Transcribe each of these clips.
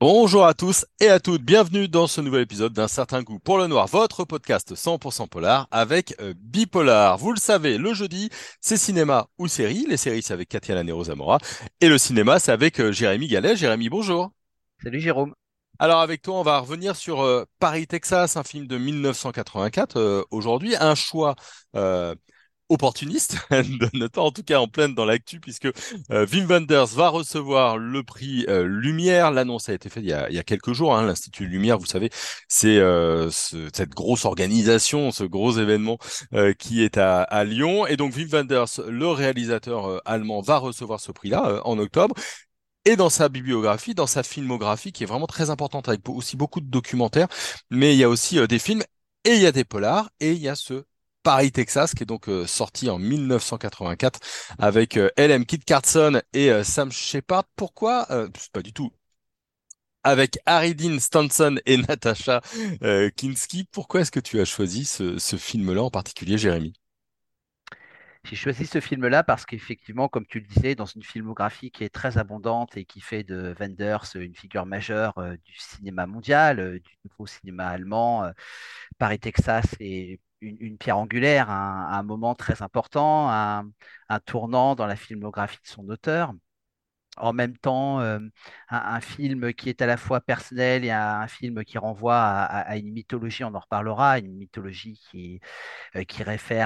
Bonjour à tous et à toutes, bienvenue dans ce nouvel épisode d'Un certain goût pour le noir, votre podcast 100% polar avec Bipolar. Vous le savez, le jeudi, c'est cinéma ou série. Les séries, c'est avec Katia Lanero Zamora. Et le cinéma, c'est avec Jérémy Gallet. Jérémy, bonjour. Salut Jérôme. Alors avec toi, on va revenir sur Paris, Texas, un film de 1984 aujourd'hui. Un choix opportuniste de notre part, en tout cas en pleine dans l'actu, puisque Wim Wenders va recevoir le prix Lumière. L'annonce a été faite il y a quelques jours. Hein. L'Institut Lumière, vous savez, c'est cette grosse organisation, ce gros événement qui est à Lyon. Et donc Wim Wenders, le réalisateur allemand, va recevoir ce prix-là en octobre. Et dans sa bibliographie, dans sa filmographie, qui est vraiment très importante, avec aussi beaucoup de documentaires, mais il y a aussi des films, et il y a des polars, et il y a ce Paris, Texas, qui est donc sorti en 1984, avec L.M. Kit Carson et Sam Shepard. Pourquoi? C'est pas du tout. Avec Harry Dean Stanton et Natasha Kinski, pourquoi est-ce que tu as choisi ce film-là en particulier, Jérémy? J'ai choisi ce film-là parce qu'effectivement, comme tu le disais, dans une filmographie qui est très abondante et qui fait de Wenders une figure majeure du cinéma mondial, du nouveau cinéma allemand, Paris, Texas est une pierre angulaire, un moment très important, un tournant dans la filmographie de son auteur. En même temps, un film qui est à la fois personnel et un film qui renvoie à une mythologie, on en reparlera, une mythologie qui réfère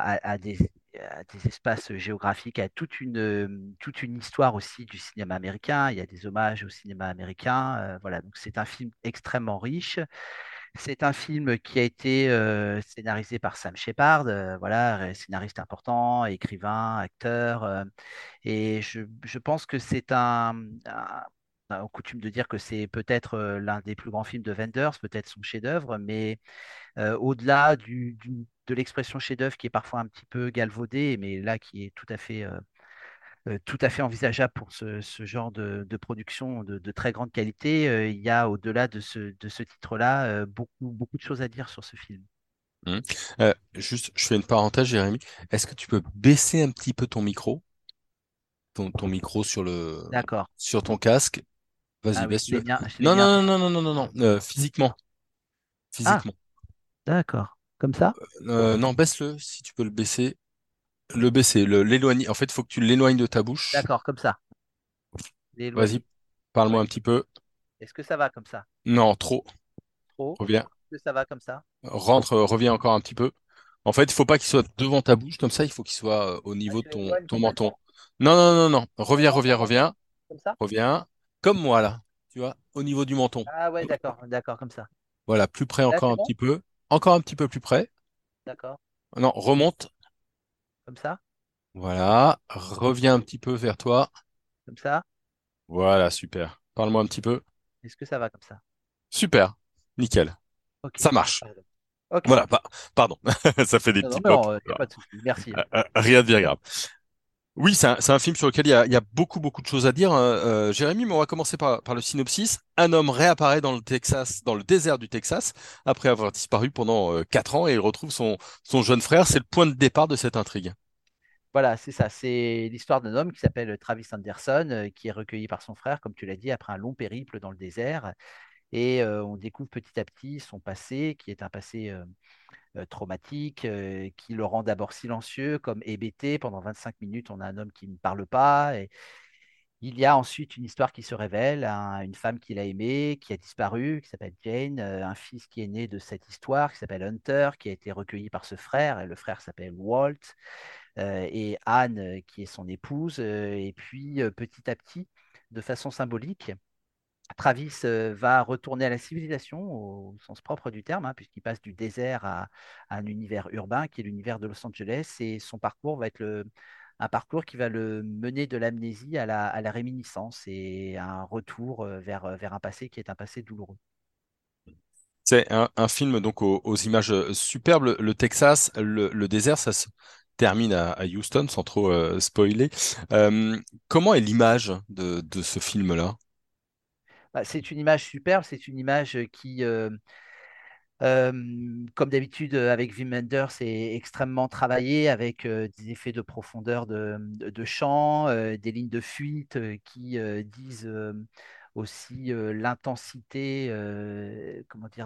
à des espaces géographiques, à toute une histoire aussi du cinéma américain. Il y a des hommages au cinéma américain. Voilà, donc c'est un film extrêmement riche. C'est un film qui a été scénarisé par Sam Shepard, voilà, scénariste important, écrivain, acteur. Et je pense que c'est on a coutume de dire que c'est peut-être l'un des plus grands films de Wenders, peut-être son chef-d'œuvre, mais au-delà de l'expression chef-d'œuvre qui est parfois un petit peu galvaudée, mais là qui est tout à fait envisageable pour ce genre de production de très grande qualité, il y a au-delà de ce titre-là beaucoup de choses à dire sur ce film. Hmm. Juste, je fais une parenthèse, Jérémy. Est-ce que tu peux baisser un petit peu ton micro? Ton micro D'accord. sur ton casque. Vas-y, Ah oui, baisse-le. je l'ai Non, bien non, fait. non, non, non, non, non, non. Physiquement. Ah, Physiquement. d'accord. Comme ça? Non, baisse-le, si tu peux le baisser. Le baisser, l'éloigner. En fait, il faut que tu l'éloignes de ta bouche. D'accord, comme ça. Vas-y, L'éloigner. parle-moi Ouais. un petit peu. Est-ce que ça va comme ça? Non, trop. Trop? Reviens. Est-ce que ça va comme ça? Rentre, reviens encore un petit peu. En fait, il faut pas qu'il soit devant ta bouche, comme ça, il faut qu'il soit au Ah, niveau de je ton, l'éloigne ton menton. complètement. Non, non, non, non. Reviens, Vraiment, reviens, vraiment? reviens. Comme ça? Reviens. Comme moi, là. Tu vois, au niveau du menton. Ah ouais, d'accord, d'accord, comme ça. Voilà, plus près Là, encore c'est un bon? petit peu. Encore un petit peu plus près. D'accord. Non, remonte. Comme ça? Voilà, reviens un petit peu vers toi. Comme ça? Voilà, super. Parle-moi un petit peu. Est-ce que ça va comme ça? Super, nickel. Ok, Ça marche. pardon. Ok. Voilà, pardon, ça fait des Non, petits non, mais plops. il n'y a pas de souci. Merci. Rien de bien grave. Oui, c'est un film sur lequel il y a beaucoup, beaucoup de choses à dire, Jérémy, mais on va commencer par le synopsis. Un homme réapparaît dans le Texas, dans le désert du Texas, après avoir disparu pendant 4 ans et il retrouve son jeune frère. C'est le point de départ de cette intrigue. Voilà, c'est ça. C'est l'histoire d'un homme qui s'appelle Travis Anderson, qui est recueilli par son frère, comme tu l'as dit, après un long périple dans le désert. Et on découvre petit à petit son passé, qui est un passé traumatique, qui le rend d'abord silencieux, comme hébété. Pendant 25 minutes, on a un homme qui ne parle pas. Et il y a ensuite une histoire qui se révèle, une femme qu'il a aimée, qui a disparu, qui s'appelle Jane, un fils qui est né de cette histoire, qui s'appelle Hunter, qui a été recueilli par ce frère, et le frère s'appelle Walt, et Anne, qui est son épouse. Et puis, petit à petit, de façon symbolique, Travis va retourner à la civilisation au sens propre du terme, hein, puisqu'il passe du désert à un univers urbain qui est l'univers de Los Angeles, et son parcours va être un parcours qui va le mener de l'amnésie à la réminiscence et un retour vers un passé qui est un passé douloureux. C'est un film donc aux images superbes. Le Texas, le désert, ça se termine à Houston, sans trop spoiler. Euh, Comment est l'image de ce film-là? Bah, c'est une image superbe, c'est une image qui, comme d'habitude avec Wim Wenders, c'est extrêmement travaillé avec des effets de profondeur de champ, des lignes de fuite qui disent aussi l'intensité, comment dire,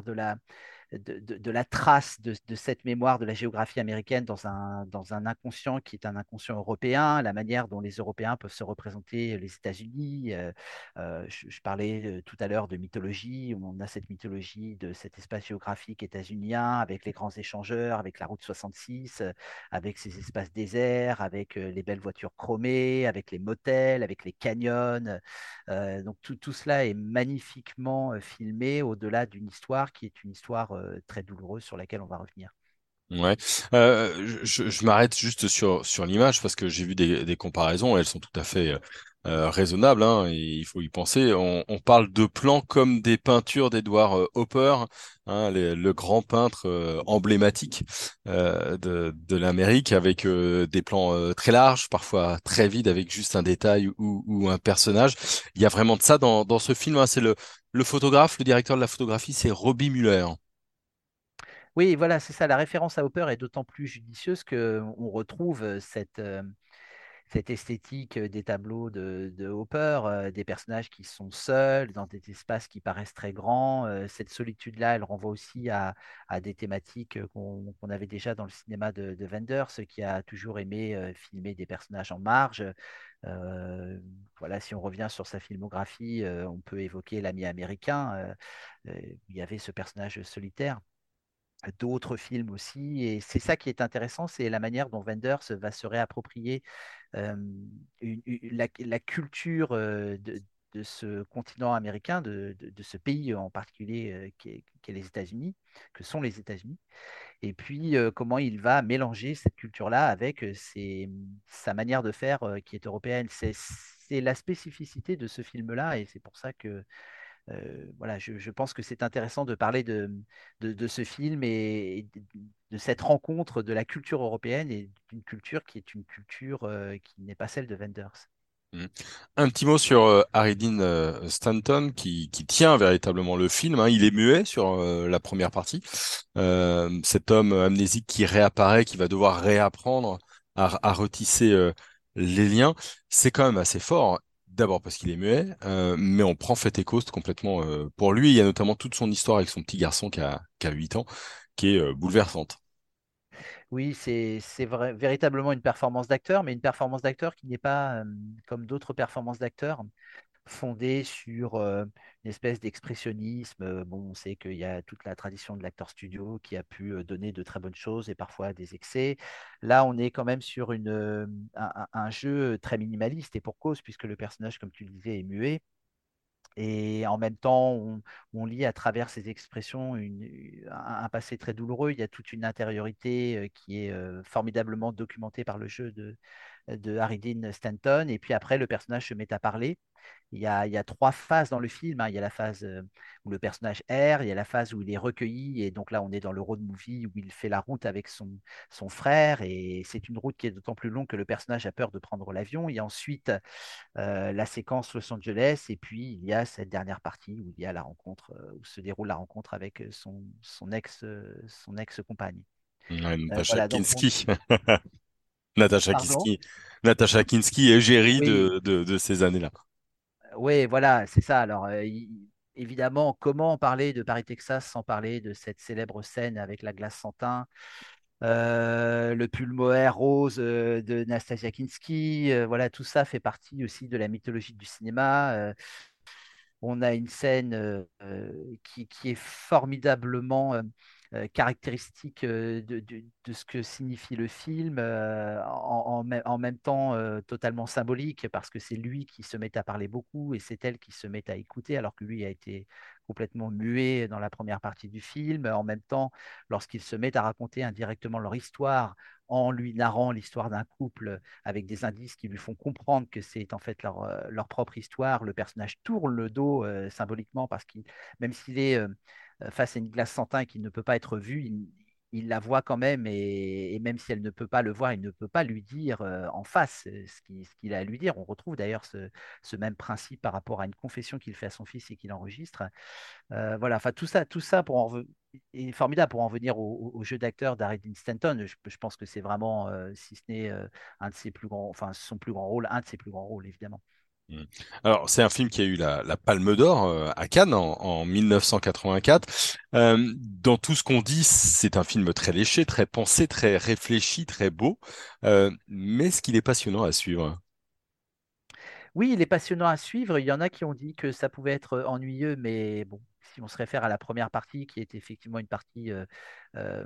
de la trace de cette mémoire de la géographie américaine dans un inconscient qui est un inconscient européen, la manière dont les Européens peuvent se représenter les États-Unis. Je parlais tout à l'heure de mythologie, on a cette mythologie de cet espace géographique états-unien avec les grands échangeurs, avec la route 66, avec ces espaces déserts, avec les belles voitures chromées, avec les motels, avec les canyons. Donc tout cela est magnifiquement filmé au-delà d'une histoire qui est une histoire très douloureuse sur laquelle on va revenir. Ouais. Je m'arrête juste sur l'image parce que j'ai vu des comparaisons, elles sont tout à fait raisonnables, hein, et il faut y penser. On parle de plans comme des peintures d'Edward Hopper, hein, le grand peintre emblématique de l'Amérique, avec des plans très larges, parfois très vides, avec juste un détail ou un personnage. Il y a vraiment de ça dans ce film, hein. C'est le photographe, le directeur de la photographie, c'est Robbie Muller. Oui, voilà, c'est ça. La référence à Hopper est d'autant plus judicieuse qu'on retrouve cette esthétique des tableaux de Hopper, des personnages qui sont seuls dans des espaces qui paraissent très grands. Cette solitude-là, elle renvoie aussi à des thématiques qu'on avait déjà dans le cinéma de Wenders, qui a toujours aimé filmer des personnages en marge. Euh, voilà, si on revient sur sa filmographie, on peut évoquer L'ami américain. Il y avait ce personnage solitaire, d'autres films aussi. Et c'est ça qui est intéressant, c'est la manière dont Wenders va se réapproprier euh, la culture de ce continent américain, de ce pays en particulier qu'est les États-Unis, que sont les États-Unis, et puis comment il va mélanger cette culture-là avec sa manière de faire qui est européenne. C'est la spécificité de ce film-là, et c'est pour ça que voilà, je pense que c'est intéressant de parler de ce film et de cette rencontre de la culture européenne et d'une culture qui est une culture qui n'est pas celle de Wenders. Mm. Un petit mot sur Harry Dean Stanton qui tient véritablement le film, hein. Il est muet sur la première partie. Cet homme amnésique qui réapparaît, qui va devoir réapprendre à retisser les liens, c'est quand même assez fort. D'abord parce qu'il est muet, mais on prend fait et cause complètement pour lui. Il y a notamment toute son histoire avec son petit garçon qui a 8 ans, qui est bouleversante. Oui, c'est vrai, véritablement une performance d'acteur, mais une performance d'acteur qui n'est pas comme d'autres performances d'acteurs fondée sur une espèce d'expressionnisme. Bon, on sait qu'il y a toute la tradition de l'acteur studio qui a pu donner de très bonnes choses et parfois des excès. Là, on est quand même sur un jeu très minimaliste et pour cause, puisque le personnage, comme tu le disais, est muet. Et en même temps, on lit à travers ces expressions un passé très douloureux. Il y a toute une intériorité qui est formidablement documentée par le jeu de Harry Dean Stanton. Et puis après, le personnage se met à parler. Il y a trois phases dans le film, hein. Il y a la phase où le personnage erre, il y a la phase où il est recueilli, et donc là on est dans le road movie où il fait la route avec son frère, et c'est une route qui est d'autant plus longue que le personnage a peur de prendre l'avion. Il y a ensuite la séquence Los Angeles, et puis il y a cette dernière partie où il y a la rencontre, où se déroule la rencontre avec son ex-compagne. Ouais, Natasha Voilà, donc Kinski. Natasha pardon. Kinski. Natasha Kinski égérie Oui, de ces années-là. oui, voilà, c'est ça. Alors, évidemment, comment parler de Paris, Texas sans parler de cette célèbre scène avec la glace Santin, le pull mohair rose de Nastasia Kinski, voilà, tout ça fait partie aussi de la mythologie du cinéma. On a une scène qui est formidablement caractéristique de ce que signifie le film, en même temps totalement symbolique, parce que c'est lui qui se met à parler beaucoup et c'est elle qui se met à écouter, alors que lui a été complètement muet dans la première partie du film. En même temps, lorsqu'ils se mettent à raconter indirectement leur histoire, en lui narrant l'histoire d'un couple avec des indices qui lui font comprendre que c'est en fait leur propre histoire. Le personnage tourne le dos symboliquement parce qu'il, même s'il est face à une glace sans teint et qu'il ne peut pas être vu, il la voit quand même et même si elle ne peut pas le voir, il ne peut pas lui dire en face ce qu'il a à lui dire. On retrouve d'ailleurs ce même principe par rapport à une confession qu'il fait à son fils et qu'il enregistre. Voilà, enfin tout ça est formidable pour en venir au jeu d'acteur d'Harry Dean Stanton. Je pense que c'est vraiment, si ce n'est un de ses plus grands, enfin son plus grand rôle, un de ses plus grands rôles évidemment. Mm. Alors, c'est un film qui a eu la Palme d'Or à Cannes en 1984. Dans tout ce qu'on dit, c'est un film très léché, très pensé, très réfléchi, très beau. Mais est-ce qu'il est passionnant à suivre? Oui, il est passionnant à suivre. Il y en a qui ont dit que ça pouvait être ennuyeux, mais bon, si on se réfère à la première partie, qui est effectivement une partie euh,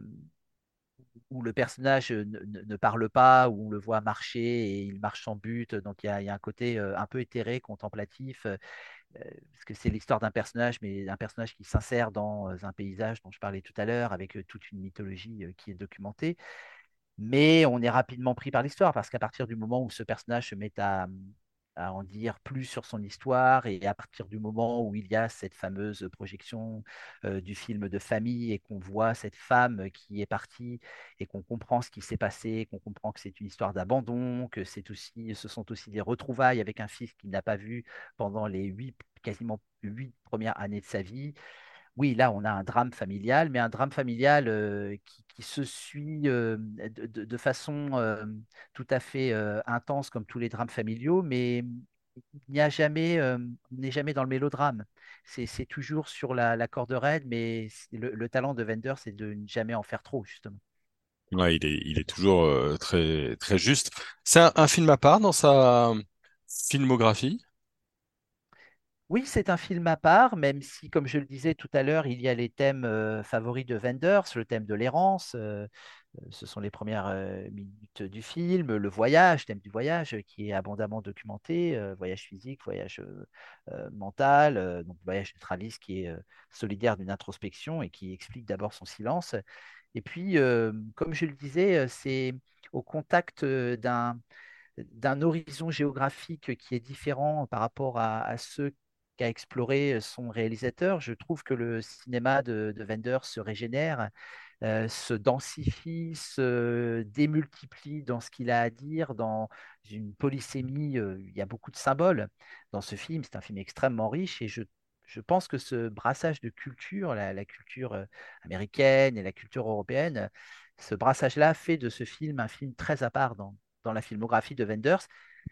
où le personnage ne parle pas, où on le voit marcher et il marche sans but, donc il y a un côté un peu éthéré, contemplatif, parce que c'est l'histoire d'un personnage, mais un personnage qui s'insère dans un paysage dont je parlais tout à l'heure, avec toute une mythologie qui est documentée. Mais on est rapidement pris par l'histoire parce qu'à partir du moment où ce personnage se met à en dire plus sur son histoire et à partir du moment où il y a cette fameuse projection du film de famille et qu'on voit cette femme qui est partie et qu'on comprend ce qui s'est passé, qu'on comprend que c'est une histoire d'abandon, que ce sont aussi des retrouvailles avec un fils qu'il n'a pas vu pendant les quasiment 8 premières années de sa vie. Oui, là, on a un drame familial, mais un drame familial qui se suit de façon tout à fait intense, comme tous les drames familiaux, mais il n'y a jamais, on n'est jamais dans le mélodrame. C'est toujours sur la corde raide, mais le talent de Wenders, c'est de ne jamais en faire trop, justement. Ouais, il est toujours très, très juste. C'est un film à part dans sa filmographie. Oui, c'est un film à part, même si, comme je le disais tout à l'heure, il y a les thèmes favoris de Wenders, le thème de l'errance. Ce sont les premières minutes du film, le voyage, thème du voyage qui est abondamment documenté, voyage physique, voyage mental, donc voyage de Travis qui est solidaire d'une introspection et qui explique d'abord son silence. Et puis, comme je le disais, c'est au contact d'un horizon géographique qui est différent par rapport à ceux qu'a exploré son réalisateur. Je trouve que le cinéma de Wenders se régénère, se densifie, se démultiplie dans ce qu'il a à dire, dans une polysémie. Il y a beaucoup de symboles dans ce film. C'est un film extrêmement riche et je pense que ce brassage de culture, la culture américaine et la culture européenne, ce brassage-là fait de ce film un film très à part dans la filmographie de Wenders.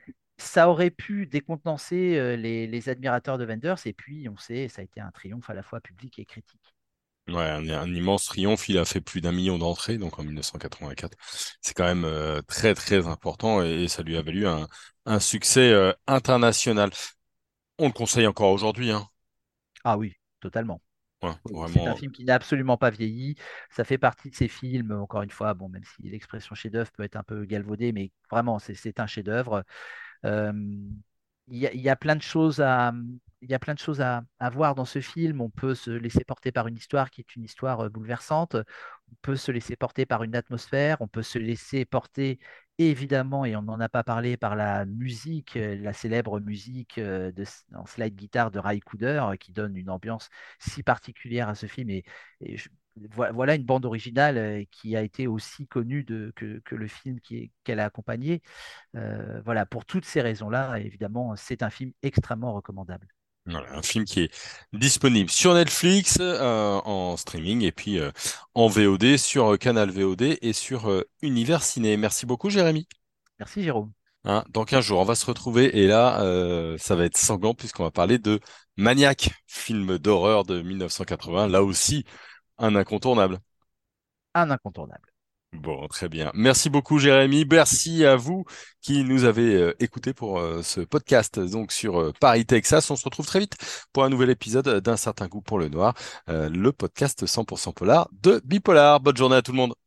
Ça aurait pu décontenancer les admirateurs de Wenders, et puis on sait, ça a été un triomphe à la fois public et critique. Ouais, un immense triomphe. Il a fait plus d'1 million d'entrées, donc en 1984. C'est quand même très, très important et ça lui a valu un succès international. On le conseille encore aujourd'hui, hein. Ah oui, totalement. Ouais, Oui, c'est un vraiment. film qui n'a absolument pas vieilli. Ça fait partie de ces films, encore une fois, bon, même si l'expression chef-d'œuvre peut être un peu galvaudée, mais vraiment, c'est un chef-d'œuvre. Euh, il y a plein de choses il y a plein de choses à voir dans ce film. On peut se laisser porter par une histoire qui est une histoire bouleversante. On peut se laisser porter par une atmosphère. On peut se laisser porter, évidemment, et on n'en a pas parlé, par la musique, la célèbre musique en slide guitare de Ry Cooder, qui donne une ambiance si particulière à ce film. Voilà une bande originale qui a été aussi connue que le film qu'elle a accompagné. Voilà, pour toutes ces raisons-là, évidemment, c'est un film extrêmement recommandable. Voilà, un film qui est disponible sur Netflix, en streaming, et puis en VOD sur Canal VOD et sur Univers Ciné. Merci beaucoup, Jérémy. Merci Jérôme. Hein, dans 15 jours, on va se retrouver et là, ça va être sanglant puisqu'on va parler de Maniac, film d'horreur de 1980. Là aussi, un incontournable. Un incontournable. Bon, très bien. Merci beaucoup, Jérémy. Merci à vous qui nous avez écoutés pour ce podcast donc sur Paris, Texas. On se retrouve très vite pour un nouvel épisode d'Un certain goût pour le noir, le podcast 100% polar de Bipolar. Bonne journée à tout le monde.